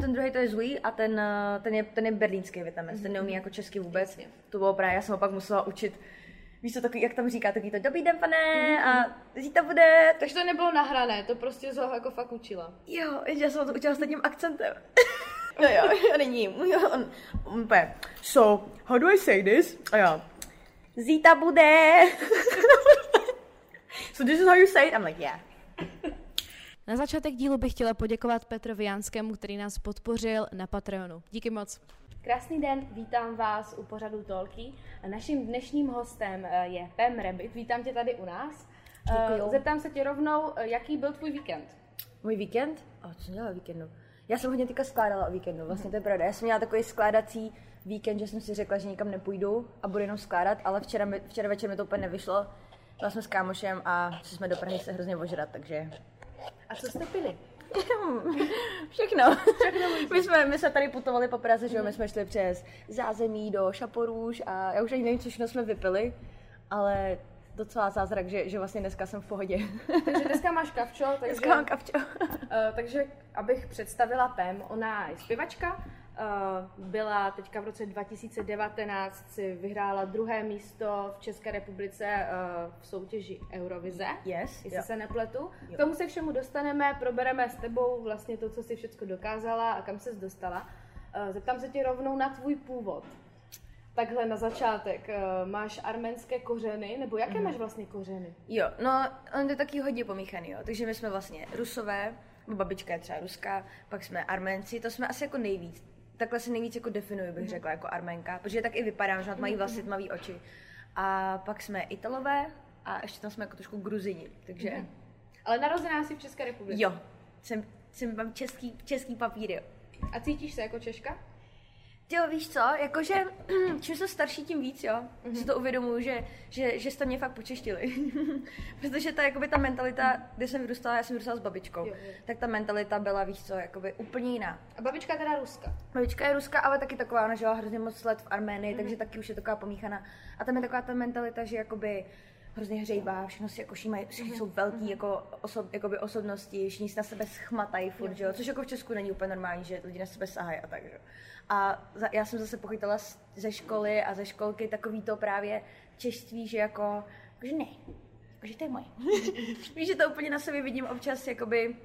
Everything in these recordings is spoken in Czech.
ten druhý to je Zui a ten je berlínský Vitamec, ten neumí jako česky vůbec. Jasně. To bylo právě, já jsem ho pak musela učit. Víš co, takový, jak tam říká, takový to dobrý den, pane, a zítra bude. Takže to nebylo nahrané, to prostě z ho jako fakt učila. Jo, já jsem ho to učila s tím akcentem. No jo, není, on úplně, so, how do I say this? A já, zítra bude. So this is how you say it? I'm like, yeah. Na začátek dílu bych chtěla poděkovat Petrovi Janskému, který nás podpořil na Patreonu. Díky moc. Krásný den, vítám vás u pořadu Talky. Naším dnešním hostem je Pam Rabbit. Vítám tě tady u nás. Zeptám se tě rovnou, jaký byl tvůj víkend? Můj víkend? Co jsem dělala o víkendu? Já jsem hodně teďka skládala o víkendu, vlastně to je pravda. Já jsem měla takový skládací víkend, že jsem si řekla, že nikam nepůjdu a budu jenom skládat, ale včera večer mi to úplně nevyšlo. Byla jsem s kámošem a šli jsme do Prahy se hrozně ožrat, takže... A co jste pili? Všechno. My jsme tady putovali po Praze, že jo, my jsme šli přes Zázemí do Šaporůž a já už ani nevím, co všechno jsme vypili, ale docela zázrak, že vlastně dneska jsem v pohodě. Takže dneska máš kavčo, takže... Dneska mám kavčo. Takže abych představila Pam, ona je zpěvačka, byla teďka v roce 2019, si vyhrála 2. místo v České republice v soutěži Eurovize, jestli se nepletu. K tomu se všemu dostaneme, probereme s tebou vlastně to, co jsi všechno dokázala a kam ses dostala. Zeptám se tě rovnou na tvůj původ. Takhle na začátek, máš arménské kořeny, nebo jaké máš vlastně kořeny? Jo, no on je taky hodně pomíchaný, jo. Takže my jsme vlastně Rusové, babička je třeba Ruská, pak jsme Arménci, to jsme asi jako nejvíc. Takhle se nejvíc jako definuji, bych řekla, jako Arménka, protože tak i vypadám, že mají vlasy, tmavý oči. A pak jsme Italové a ještě tam jsme jako trošku Gruzini, takže... Ale narozená jsi v České republice? Jo, mám český papír, jo. A cítíš se jako Češka? Jo, víš co, jakože čím jsem starší, tím víc, jo. Si to uvědomuju, že jste mě fakt počeštili. Protože ta mentalita, kde jsem vyrůstala, já jsem vyrůstala s babičkou, tak ta mentalita byla, víš co, jakoby úplně jiná. A babička je teda Ruska? Babička je Ruska, ale taky taková, ona žila hrozně moc let v Arménii, takže taky už je taková pomíchaná. A tam je taková ta mentalita, že jakoby hrozně hřejbá, všechno si jako šímají, všichni jsou velký jako osobnosti, všichni si na sebe schmatají furt, jo, což jako v Česku není úplně normální, že lidi na sebe sahají a tak, jo. A já jsem zase pochytala ze školy a ze školky takový to právě češství, že že ne, že to je moje. Víš, že to úplně na sobě vidím občas, jakoby,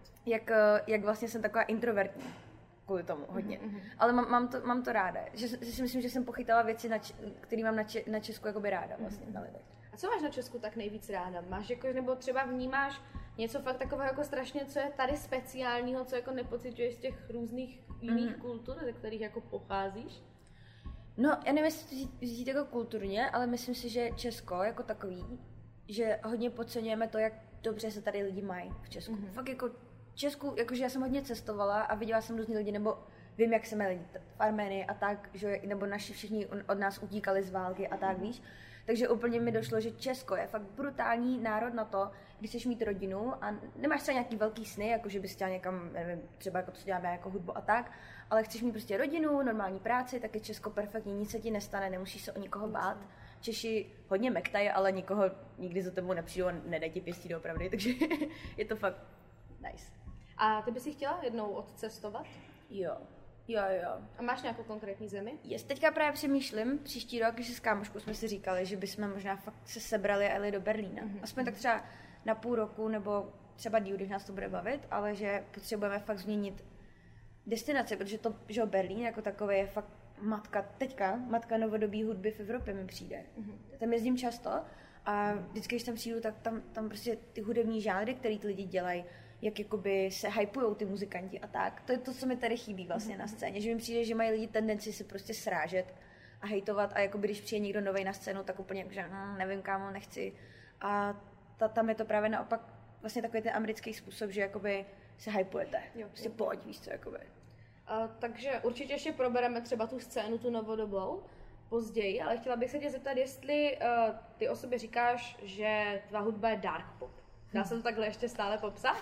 jak vlastně jsem taková introvertní. Kvůli tomu hodně. Ale mám to ráda. Že si myslím, že jsem pochytala věci, které mám na Česku jakoby ráda vlastně na lidech. A co máš na Česku tak nejvíc ráda? Máš jako, nebo třeba vnímáš něco fakt takového jako strašně, co je tady speciálního, co jako nepociťuješ z těch různých jiných kultur, ze kterých jako pocházíš? No, já nevím, jestli to vzít jako kulturně, ale myslím si, že Česko jako takový, že hodně podceňujeme to, jak dobře se tady lidi mají v Česku. Fakt jako Česku, jakože já jsem hodně cestovala a viděla jsem různý lidi, nebo vím, jak se mají lidi v Arménii a tak, že, nebo naši všichni od nás utíkali z války a tak, víš. Takže úplně mi došlo, že Česko je fakt brutální národ na to, když chceš mít rodinu a nemáš třeba nějaký velký sny, jako že bys chtěla někam, nevím, třeba jako co děláme jako hudbu a tak, ale chceš mít prostě rodinu, normální práci, tak je Česko perfektní, nic se ti nestane, nemusíš se o nikoho bát. Češi hodně mektají, ale nikoho nikdy za tebou nepřijdu a nedají ti pěstí doopravdy, takže je to fakt nice. A ty bys si chtěla jednou odcestovat? Jo. A máš nějakou konkrétní zemi? Teďka právě přemýšlím, příští rok, když s kámoškou jsme si říkali, že bychom možná fakt se sebrali a jeli do Berlína. Aspoň tak třeba na půl roku, nebo třeba díl, když nás to bude bavit, ale že potřebujeme fakt změnit destinaci, protože to, že Berlín jako takové je fakt matka novodobí hudby v Evropě mi přijde. Tam jezdím často a vždycky, když tam přijdu, tak tam prostě ty hudební žánry, které ty lidi dělají, jak jakoby se hypujou ty muzikanti a tak. To je to, co mi tady chybí vlastně na scéně, že mi přijde, že mají lidi tendenci se prostě srážet a hejtovat a jakoby když přijde někdo novej na scénu, tak úplně že nevím, kámo, nechci. A tam je to právě naopak vlastně takový ten americký způsob, že jakoby se hypujete. Prostě pojď, víš co, jakoby. Takže určitě ještě probereme třeba tu scénu, tu novodobou později, ale chtěla bych se tě zeptat, jestli ty o sobě říkáš, že tvá hudba je dark pop. Dá se to takhle ještě stále popsat?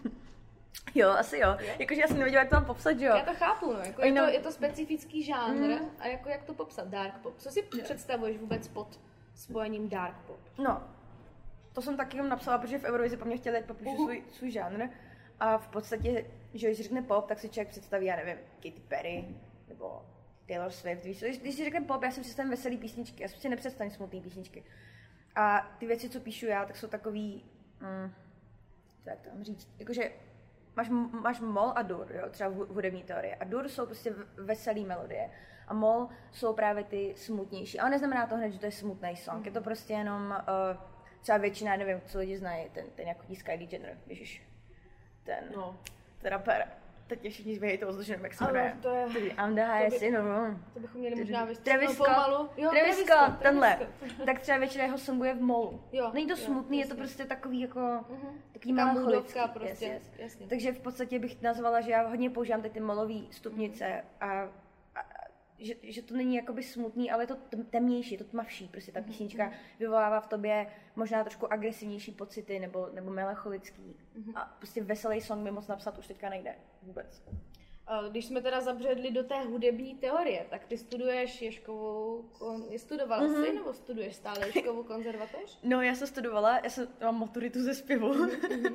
Jo, asi jo. Jakože já jsem nevěděla, jak to mám popsat, že jo? Já to chápu, no. Jako je to specifický žánr a jako jak to popsat, dark pop. Co si představuješ vůbec pod spojením dark pop? No, to jsem taky jenom napsala, protože v Eurovizi po mně chtěli popíšu svůj žánr. A v podstatě, že když řekne pop, tak si člověk představí, já nevím, Katy Perry nebo Taylor Swift. Víš, když si řekne pop, já si představím veselý písničky, já si nepředstavím smutné písničky. A ty věci, co píšu já, tak jsou takový, co jak to mám říct, jakože máš mol a dur, jo, třeba v hudební teorie. A dur jsou prostě veselý melodie. A mol jsou právě ty smutnější. Ale neznamená to hned, že to je smutný song. Je to prostě jenom, třeba většina, nevím, co lidi znají, ten jako Kylie Jenner, ježiš. Ten rapper. Teď mě všichni zvědějí toho, že nevím, jak se jmenuje. I'm the highest in the room. To bychom měli možná vystřelnout pomalu. Travis Scott, tenhle. Tak třeba většina jeho songů je v molu. Není to smutný, je to prostě takový jako, takový melancholický. Prostě, jasně. Takže v podstatě bych nazvala, že já hodně používám ty molový stupnice a že to není jakoby smutný, ale je to temnější, je to tmavší, prostě ta písnička vyvolává v tobě možná trošku agresivnější pocity nebo melancholický. A prostě veselý song mi moc napsat už teďka nejde vůbec. Když jsme teda zabředli do té hudební teorie, tak ty studuješ studovala jsi nebo studuješ stále Ježkovou konzervatoř? No, já jsem studovala, mám maturitu ze zpěvu.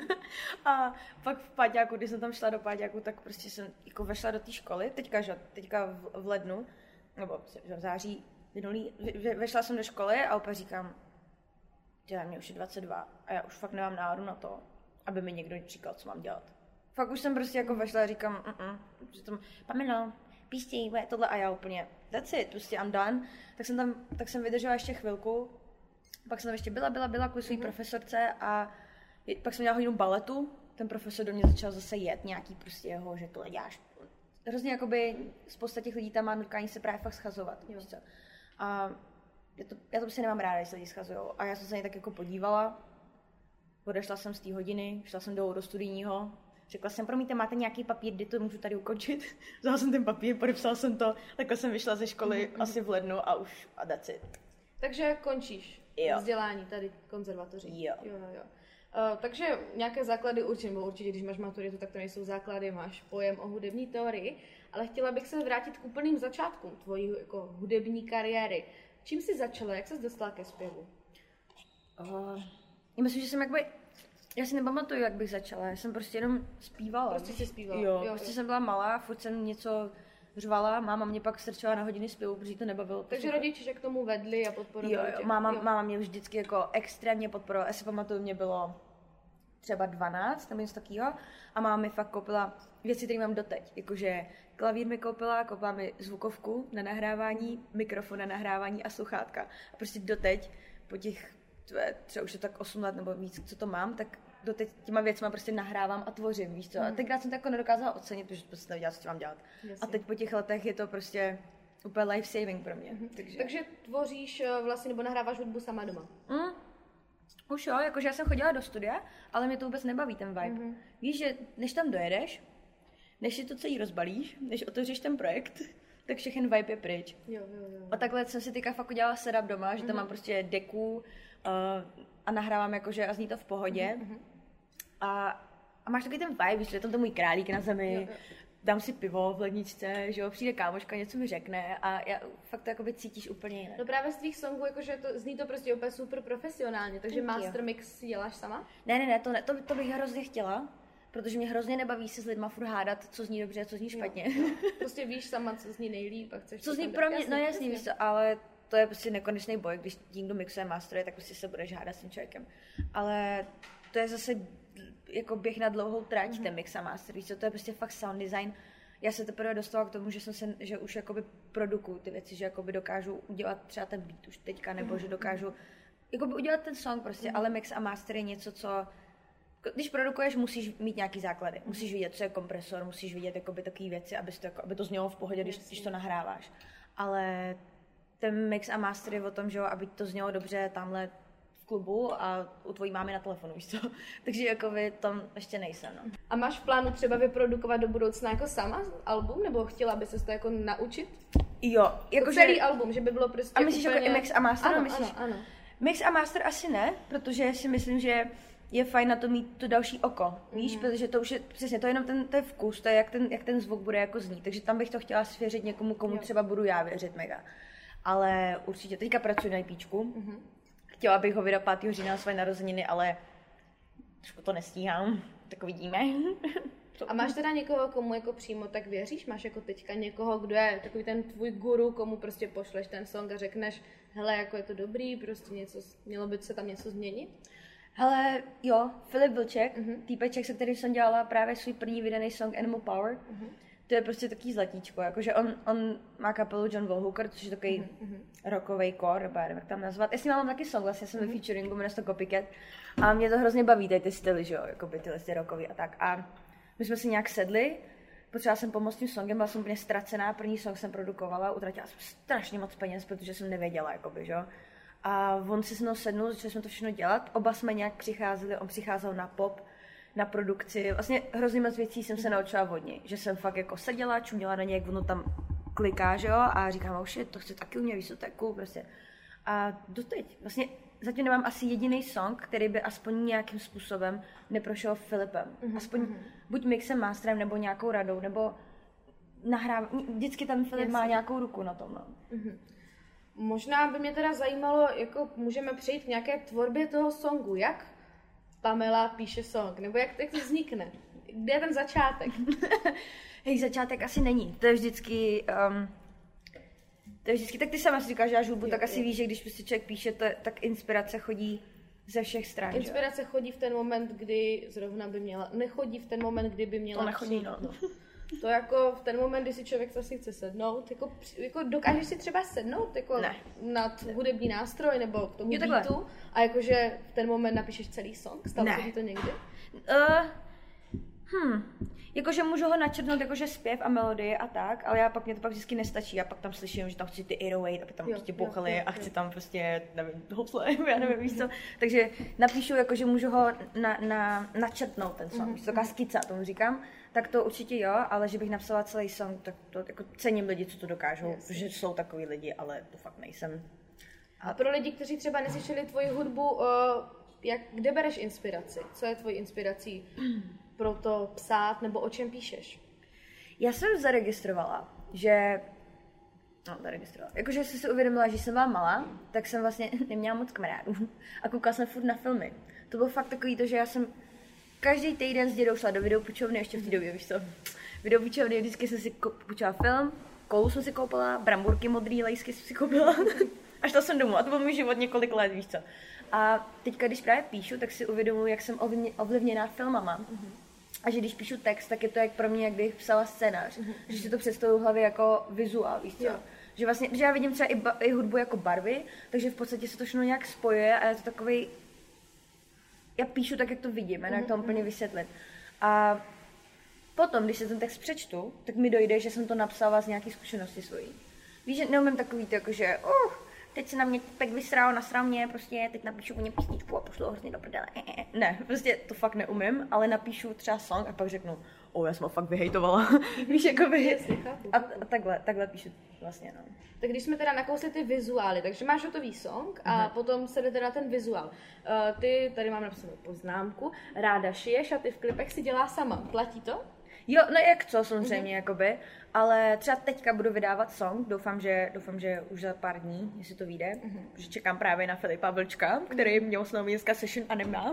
A pak v páťáku, když jsem tam šla do páťáku, tak prostě jsem jako vešla do té školy, teďka v lednu, nebo v září minulý, vešla jsem do školy a opět říkám, že mě už je 22 a já už fakt nemám náladu na to, aby mi někdo říkal, co mám dělat. Fakt už jsem prostě jako vešla a říkám, že tam, Pamela, píštěj, tohle a já úplně, that's it, prostě I'm done. Tak jsem vydržela ještě chvilku, pak jsem tam ještě byla kvůli svý profesorce a pak jsem měla hodinu baletu, ten profesor do mě začal zase jet nějaký prostě jeho, že tohle děláš. Hrozně jakoby spousta těch lidí tam má nutkání se právě fakt schazovat. A já to prostě nemám ráda, když se lidi schazujou. A já jsem se na ně tak jako podívala, odešla jsem z té hodiny, šla jsem do studijního. Řekla jsem, promiňte, máte nějaký papír, kdy to můžu tady ukončit? Vzala jsem ten papír, podepsala jsem to, takhle jsem vyšla ze školy asi v lednu a that's it. Takže končíš vzdělání tady konzervatoři. Jo. Takže nějaké základy určitě, když máš maturitu, tak to nejsou základy, máš pojem o hudební teorii, ale chtěla bych se vrátit k úplným začátkům tvojí jako hudební kariéry. Čím jsi začala, jak jsi dostala ke zpěvu? Já myslím, že jsem já si nepamatuju, jak bych začala, já jsem prostě jenom zpívala. Prostě jsi zpívala. Jo, prostě jsem byla malá, furt jsem něco řvala, máma mě pak strčila na hodiny zpěvu, protože to nebavilo. Takže rodiče že k tomu vedli a podporovali tě. Máma mě vždycky jako extrémně podporovala, já si pamatuju, mě bylo třeba 12 nebo něco takového a máma mi fakt koupila věci, které mám doteď, jakože klavír mi koupila mi zvukovku na nahrávání, mikrofon na nahrávání a sluchátka. A prostě doteď, po těch třeba už je tak 8 let nebo víc, co to mám, tak doteď těma věcma prostě nahrávám a tvořím, víš co. A tenkrát jsem to jako nedokázala ocenit, protože prostě nevěděla, co mám dělat. Jasně. A teď po těch letech je to prostě úplně life saving pro mě. Takže tvoříš vlastně nebo nahráváš hudbu sama doma? Už jo, jakože já jsem chodila do studia, ale mě to vůbec nebaví ten vibe. Víš, že než tam dojedeš, než si to celý rozbalíš, než otevřeš ten projekt, tak všechny vibe je pryč. Jo. A takhle jsem si teďka fakt udělala setup doma, že tam mám prostě deku a nahrávám jakože a zní to v pohodě. A máš takový ten vibe, že je tam to můj králík na zemi, dám si pivo v ledničce, že jo, přijde kámoška, něco mi řekne a já fakt to jakoby cítíš úplně jinak. No právě z tvých songů, jakože zní to prostě úplně super profesionálně, takže master mix děláš sama? Ne, to bych hrozně chtěla. Protože mě hrozně nebaví se s lidma furt hádat, co zní dobře a co zní špatně. Prostě víš sama, co zní nejlíp a chceš... Co zní pro mě, no jasně, víš co, ale to je prostě nekonečný boj, když někdo mixuje masteruje, tak prostě se budeš hádat s tím člověkem. Ale to je zase jako běh na dlouhou trať, ten mix a master, víš co, to je prostě fakt sound design. Já se teprve dostala k tomu, že už jakoby produkuju ty věci, že jakoby dokážu udělat třeba ten beat už teďka, nebo že dokážu jakoby udělat ten song prostě, ale mix a master je něco, co když produkuješ, musíš mít nějaký základy. Musíš vidět, co je kompresor, musíš vidět jakoby takové věci, aby to znělo v pohodě, když to nahráváš. Ale ten mix a master je o tom, že aby to znělo dobře tamhle v klubu a u tvojí mámy na telefonu, víš co? Takže jakoby tam ještě nejsem, no. A máš v plánu třeba vyprodukovat do budoucna jako sama album, nebo chtěla by ses to jako naučit? Jo. Jako celý album, že by bylo prostě a myslíš úplně... jako i mix a master? Ano. Mix a master asi ne, protože si myslím, že je fajn na to mít to další oko, víš, protože to už je, přesně, to je jenom ten vkus, to je jak ten zvuk bude jako znít, takže tam bych to chtěla svěřit někomu, komu třeba budu já věřit mega. Ale určitě, teďka pracuji na EPčku, chtěla bych ho vydat 5. října na své narozeniny, ale trošku to nestíhám, tak uvidíme. A máš teda někoho, komu jako přímo tak věříš? Máš jako teďka někoho, kdo je takový ten tvůj guru, komu prostě pošleš ten song a řekneš, hele, jako je to dobrý, prostě něco, mělo by se tam něco změnit? Hele, jo, Filip Vlček, týpeček, se kterým jsem dělala právě svůj první vydaný song Animal Power. To je prostě taký zlatíčko, jakože on má kapelu John Volhooker, což je takový rockový core, nebo nevím, jak tam nazvat. Já s ním mám taky song, vlastně jsem ve featuringu, jmenuje se to Copycat. A mě to hrozně baví, tady ty styly, že jo, jakoby tyhle ty rockový a tak. A my jsme si nějak sedli, potřebovala jsem pomoct tím songem, byla jsem úplně ztracená, první song jsem produkovala, utratila jsem strašně moc peněz, protože jsem nevěděla, jakoby, že jo. A on si se mnou sednul, začali jsme to všechno dělat, oba jsme nějak přicházeli, on přicházel na pop, na produkci, vlastně hrozně moc věcí jsem se naučila od něj, že jsem fakt jako seděla, čuměla na něj, jak ono tam kliká, že jo, a říkám, oh shit, to chci taky umět, víš, to je cool, prostě. A doteď, vlastně zatím nemám asi jediný song, který by aspoň nějakým způsobem neprošel Filipem. Aspoň buď mixem, masterem, nebo nějakou radou, nebo nahrávám, vždycky tam Filip má nějakou ruku na tom, no. Možná by mě teda zajímalo, jako můžeme přejít k nějaké tvorbě toho songu, jak Pamela píše song, nebo jak to vznikne? Kde je ten začátek? Hej, začátek asi není, to je vždycky, tak ty sama si říkáš, že děláš hudbu, tak asi víš, že když prostě člověk píše, tak inspirace chodí ze všech stran. Inspirace chodí v ten moment, kdy zrovna by měla, nechodí v ten moment, kdy by měla. To nechodí, no. To jako v ten moment, kdy si člověk zase chce sednout, jako dokážeš si třeba sednout jako nad hudební nástroj nebo k tomu beatu a jakože v ten moment napíšeš celý song? Stalo se ti to někdy? Jakože můžu ho načrtnout jakože zpěv a melodie a tak, ale mě to pak vždycky nestačí. Já pak tam slyším, že tam chci ty 808, aby tam prostě bouchaly a chci tam prostě, nevím, housle, já nevím, víš co. Takže napíšu, jakože můžu ho načrtnout ten song, víš, taková skica, tomu říkám. Tak to určitě jo, ale že bych napsala celý song, tak to jako cením lidi, co to dokážou, že jsou takový lidi, ale to fakt nejsem. A pro lidi, kteří třeba neslyšeli tvoji hudbu, kde bereš inspiraci? Co je tvojí inspirací pro to psát, nebo o čem píšeš? Já jsem zaregistrovala, že... Jakože jsem si uvědomila, že jsem byla malá, tak jsem vlastně neměla moc kamarádů a koukala jsem furt na filmy. To bylo fakt takový to, že já jsem každý týden s dědou šla do videopůjčovny, ještě v té době, víš co? Videopůjčovny, vždycky jsem si půjčila film, koulu jsem si koupila, bramburky modrý, lejsky jsem si koupila. Až to jsem domů a to byl můj život několik let, víš co? A teďka, když právě píšu, tak si uvědomuji, jak jsem ovlivněná filmama. A že když píšu text, tak je to jak pro mě, jak bych psala scénář. Že si to představuji v hlavě jako vizuál, víš co? Že vlastně, že já vidím třeba i hudbu jako barvy, takže v podstatě se to všechno nějak spojuje a je to takový... Já píšu tak, jak to vidím, jak to úplně vysvětlit. A potom, když se ten text přečtu, tak mi dojde, že jsem to napsala z nějaké zkušenosti svojí. Víš, že neumím takový to, jako že teď se na mě pek vysrál, nasral mě, prostě teď napíšu o něm písničku a pošlu ho hrozně do prdele. Ne, prostě to fakt neumím, ale napíšu třeba song a pak řeknu, já jsem ho fakt vyhejtovala. Víš, jakoby. A takhle píšu vlastně, no. Tak když jsme teda nakousli ty vizuály, takže máš hotový song a potom se jde teda ten vizuál. Ty, tady mám napsanou poznámku, ráda šiješ a ty v klipech si dělá sama. Platí to? Jo, no jak co samozřejmě, jakoby, ale třeba teďka budu vydávat song, doufám, že už za pár dní, jestli to vyjde, protože čekám právě na Filipa Vlčka, který měl s námi dneska session a nemá.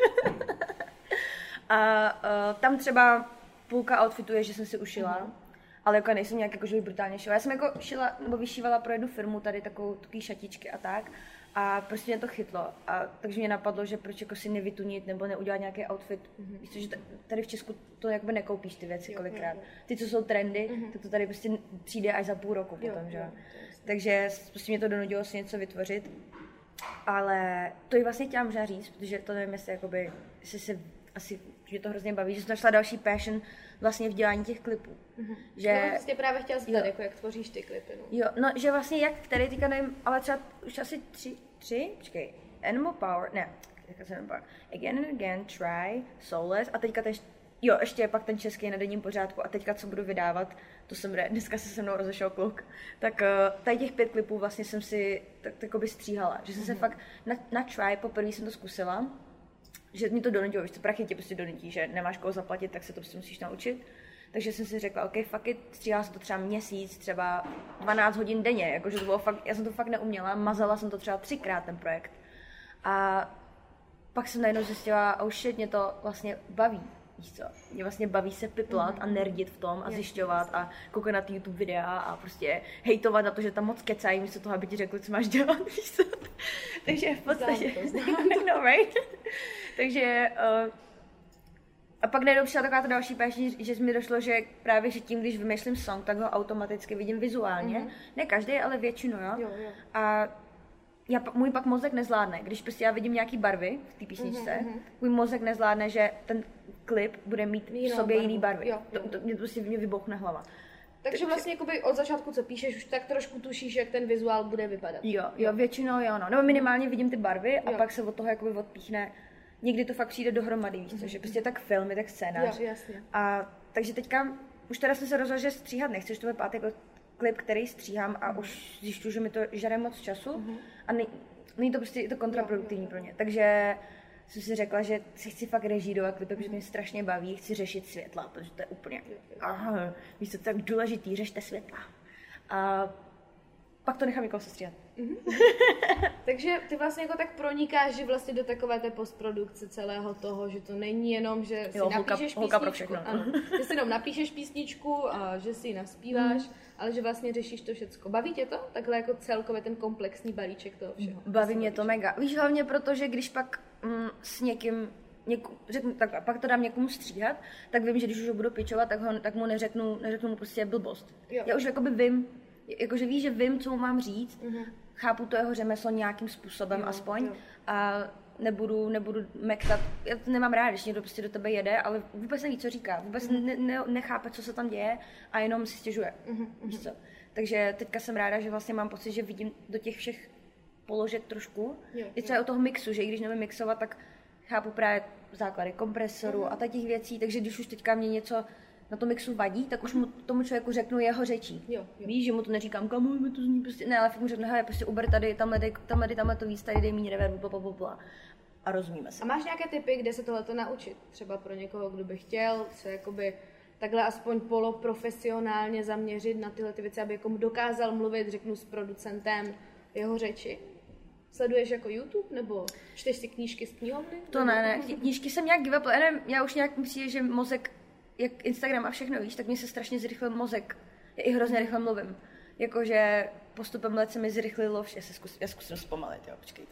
A tam třeba půlka outfitu je, že jsem si ušila, ale jako nejsem nějak jakože brutálně šila. Já jsem jako šila, nebo vyšívala pro jednu firmu tady takový šatičky a tak. A prostě mě to chytlo. A takže mě napadlo, že proč jako si nevytunit nebo neudělat nějaký outfit. Víš co, že tady v Česku to jakoby nekoupíš ty věci kolikrát. Ty, co jsou trendy, tak to tady prostě přijde až za půl roku potom, že? Takže prostě mě to donudilo si něco vytvořit. Ale to i vlastně chtěla možná říct, protože to nevím, jestli jakoby, asi mě to hrozně baví, že jsem našla další passion vlastně v dělání těch klipů. Že... No, vlastně právě chtěla zeptat, jako jak tvoříš ty klipy. No. Jo, no, že vlastně jak který teďka nevím, ale třeba už asi tři, počkej, Animal Power, ne, Again and Again, Try, Soulless a teďka ještě je pak ten český na denním pořádku a teďka co budu vydávat, to jsem dneska se mnou rozešel kluk, tak tady těch 5 klipů vlastně jsem si takoby stříhala, že jsem se fakt na Try poprvé jsem to zkusila, že mi to donutilo, víš co, prachy tě prostě donutí, že nemáš koho zaplatit, tak se to prostě musíš naučit. Takže jsem si řekla, OK, fuck it, stříhala jsem to třeba měsíc, třeba 12 hodin denně, jakože to bylo fakt, já jsem to fakt neuměla, mazala jsem to třeba 3krát ten projekt. A pak jsem najednou zjistila, oh shit, mě to vlastně baví. víš co, mě vlastně baví se piplat a nerdit v tom a zjišťovat a koukat na ty YouTube videa a prostě hejtovat na to, že tam moc kecají, místo toho, aby ti řekli, co máš dělat, víš co. Takže v podstatě, no, right? Takže a pak najednou přišla taková ta další páč, že mi došlo, že právě že tím, když vymýšlím song, tak ho automaticky vidím vizuálně. Ne každý, ale většinu, jo. A můj pak mozek nezvládne, když prostě já vidím nějaký barvy v té písničce, můj mozek nezvládne, že ten klip bude mít v sobě jiný barvy. Mě prostě vybouchne hlava. Takže vlastně jakoby od začátku, co píšeš, už tak trošku tušíš, jak ten vizuál bude vypadat. Jo, většinou jo, no. Nebo minimálně vidím ty barvy a pak se od toho jakoby odpíchne. Někdy to fakt přijde dohromady, víš co, že prostě tak film, tak scénář. Jo, jasně. A takže teďka, už teda jsem se rozhodla, že stříhat nechci, že to bude pátý klip, který stříhám a už zjišťuju, že mi to žere moc času a není to prostě kontraproduktivní pro mě. Takže jsem si řekla, že si chci fakt režírovat klipy, protože mě strašně baví, chci řešit světla, protože to je úplně, víš co, to je tak důležitý, řešte světla. A pak to nechám někoho sestříhat. Takže ty vlastně jako tak pronikáš, že vlastně do takové té postprodukce celého toho, že to není jenom, že si napíšeš písničku, ano, že si jenom napíšeš písničku a že si ji naspíváš, ale že vlastně řešíš to všecko. Baví tě to? Takhle jako celkově ten komplexní balíček toho všeho. Baví mě to mega. Víš, hlavně proto, že když pak s někým řeknu, tak pak to dám někomu stříhat, tak vím, že když už ho budu pičovat, tak mu neřeknu mu prostě blbost. Já už jakoby vím, jakože víš, že vím, co mu mám říct, chápu to jeho řemeslo nějakým způsobem aspoň a nebudu mektat, já to nemám rád, když někdo prostě do tebe jede, ale vůbec neví, co říká, vůbec nechápe, co se tam děje a jenom si stěžuje, víš co. Takže teďka jsem ráda, že vlastně mám pocit, že vidím do těch všech položek trošku, i co je o toho mixu, že i když nevím mixovat, tak chápu právě základy kompresoru a těch věcí, takže když už teďka mě něco na tom mixu vadí, tak už mu tomu člověku řeknu jeho řečí. Víš, že mu to neříkám, kamu mi to zní prostě, ne, ale fakt mu řeknu, hele, prostě uber tady, tamhle to víc, tady dej míň reverbu, blablabla. A rozumíme se. A máš nějaké tipy, kde se tohleto naučit? Třeba pro někoho, kdo by chtěl se jakoby takhle aspoň poloprofesionálně zaměřit na tyhle ty věci, aby jako dokázal mluvit, řeknu, s producentem jeho řeči? Sleduješ jako YouTube, nebo čteš si knížky z knihovny? To ne, knížky jsem nějak give up, já už nějak myslím, že mozek, jak Instagram a všechno, víš, tak mě se strašně zrychlil mozek. Já i hrozně rychle mluvím. Jakože postupem let se mi zrychlilo vše. Já zkusím zpomalit, jo, počkejte.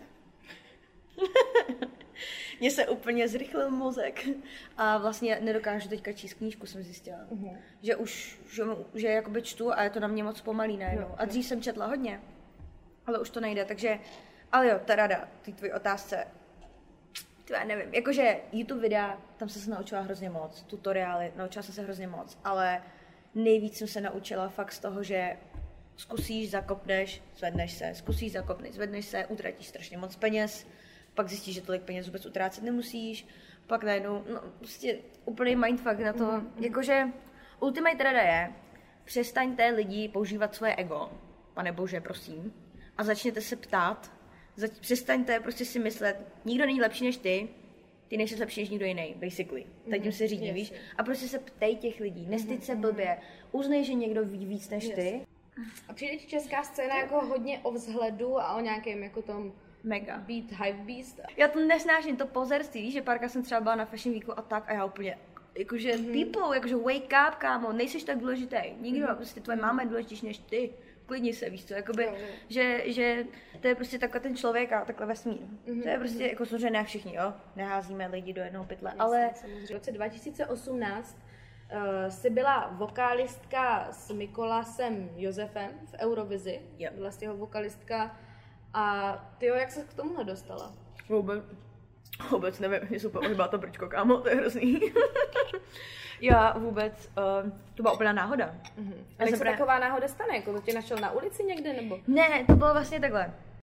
Mně se úplně zrychlil mozek a vlastně nedokážu teďka číst knížku, jsem zjistila. Že už, že jakoby čtu a je to na mě moc pomalý najednou. A dřív jsem četla hodně, ale už to nejde, takže, ale jo, ta rada, ty tvojí otázce, já nevím, jakože YouTube videa, tam jsem se naučila hrozně moc, tutoriály, naučila jsem se hrozně moc, ale nejvíc jsem se naučila fakt z toho, že zkusíš, zakopneš, zvedneš se, zkusíš, zakopneš, zvedneš se, utratíš strašně moc peněz, pak zjistíš, že tolik peněz vůbec utrácet nemusíš, pak najednou, no prostě úplný mindfuck na to, jakože ultimate rada je, přestaňte lidi používat svoje ego, pane bože, prosím, a začněte se ptát, přestaňte prostě si myslet, nikdo není lepší než ty nejsi lepší než nikdo jiný, basically. Teď tím se řídí, víš? A prostě se ptej těch lidí, nestyď se blbě, uznej, že někdo ví víc než ty. A přijde ti česká scéna jako hodně o vzhledu a o nějakém jako tom mega. Beat, hype beast. Já to nesnáším, to pozerství, víš, že párkrát jsem třeba byla na Fashion Weeku a tak a já úplně, jakože people, jakože wake up, kámo, nejseš tak důležitý, nikdo, prostě tvoje máma je důležitější než ty. Klidni se, víš co, jakoby, že to je prostě takhle ten člověk a takhle vesmír. To je prostě, jako samozřejmě ne všichni, jo, neházíme lidi do jednoho pytle, ale... V roce 2018 jsi byla vokalistka s Mikolasem Josefem v Eurovizi, byla jsi jeho vokalistka a ty jak se k tomuhle dostala? Vůbec nevím, mě super ohybá to brčko, kámo, to je hrozný. Já vůbec, to byla úplná náhoda. A jak se taková náhoda stane? Jako to tě našel na ulici někde, nebo? Ne, to bylo vlastně takhle.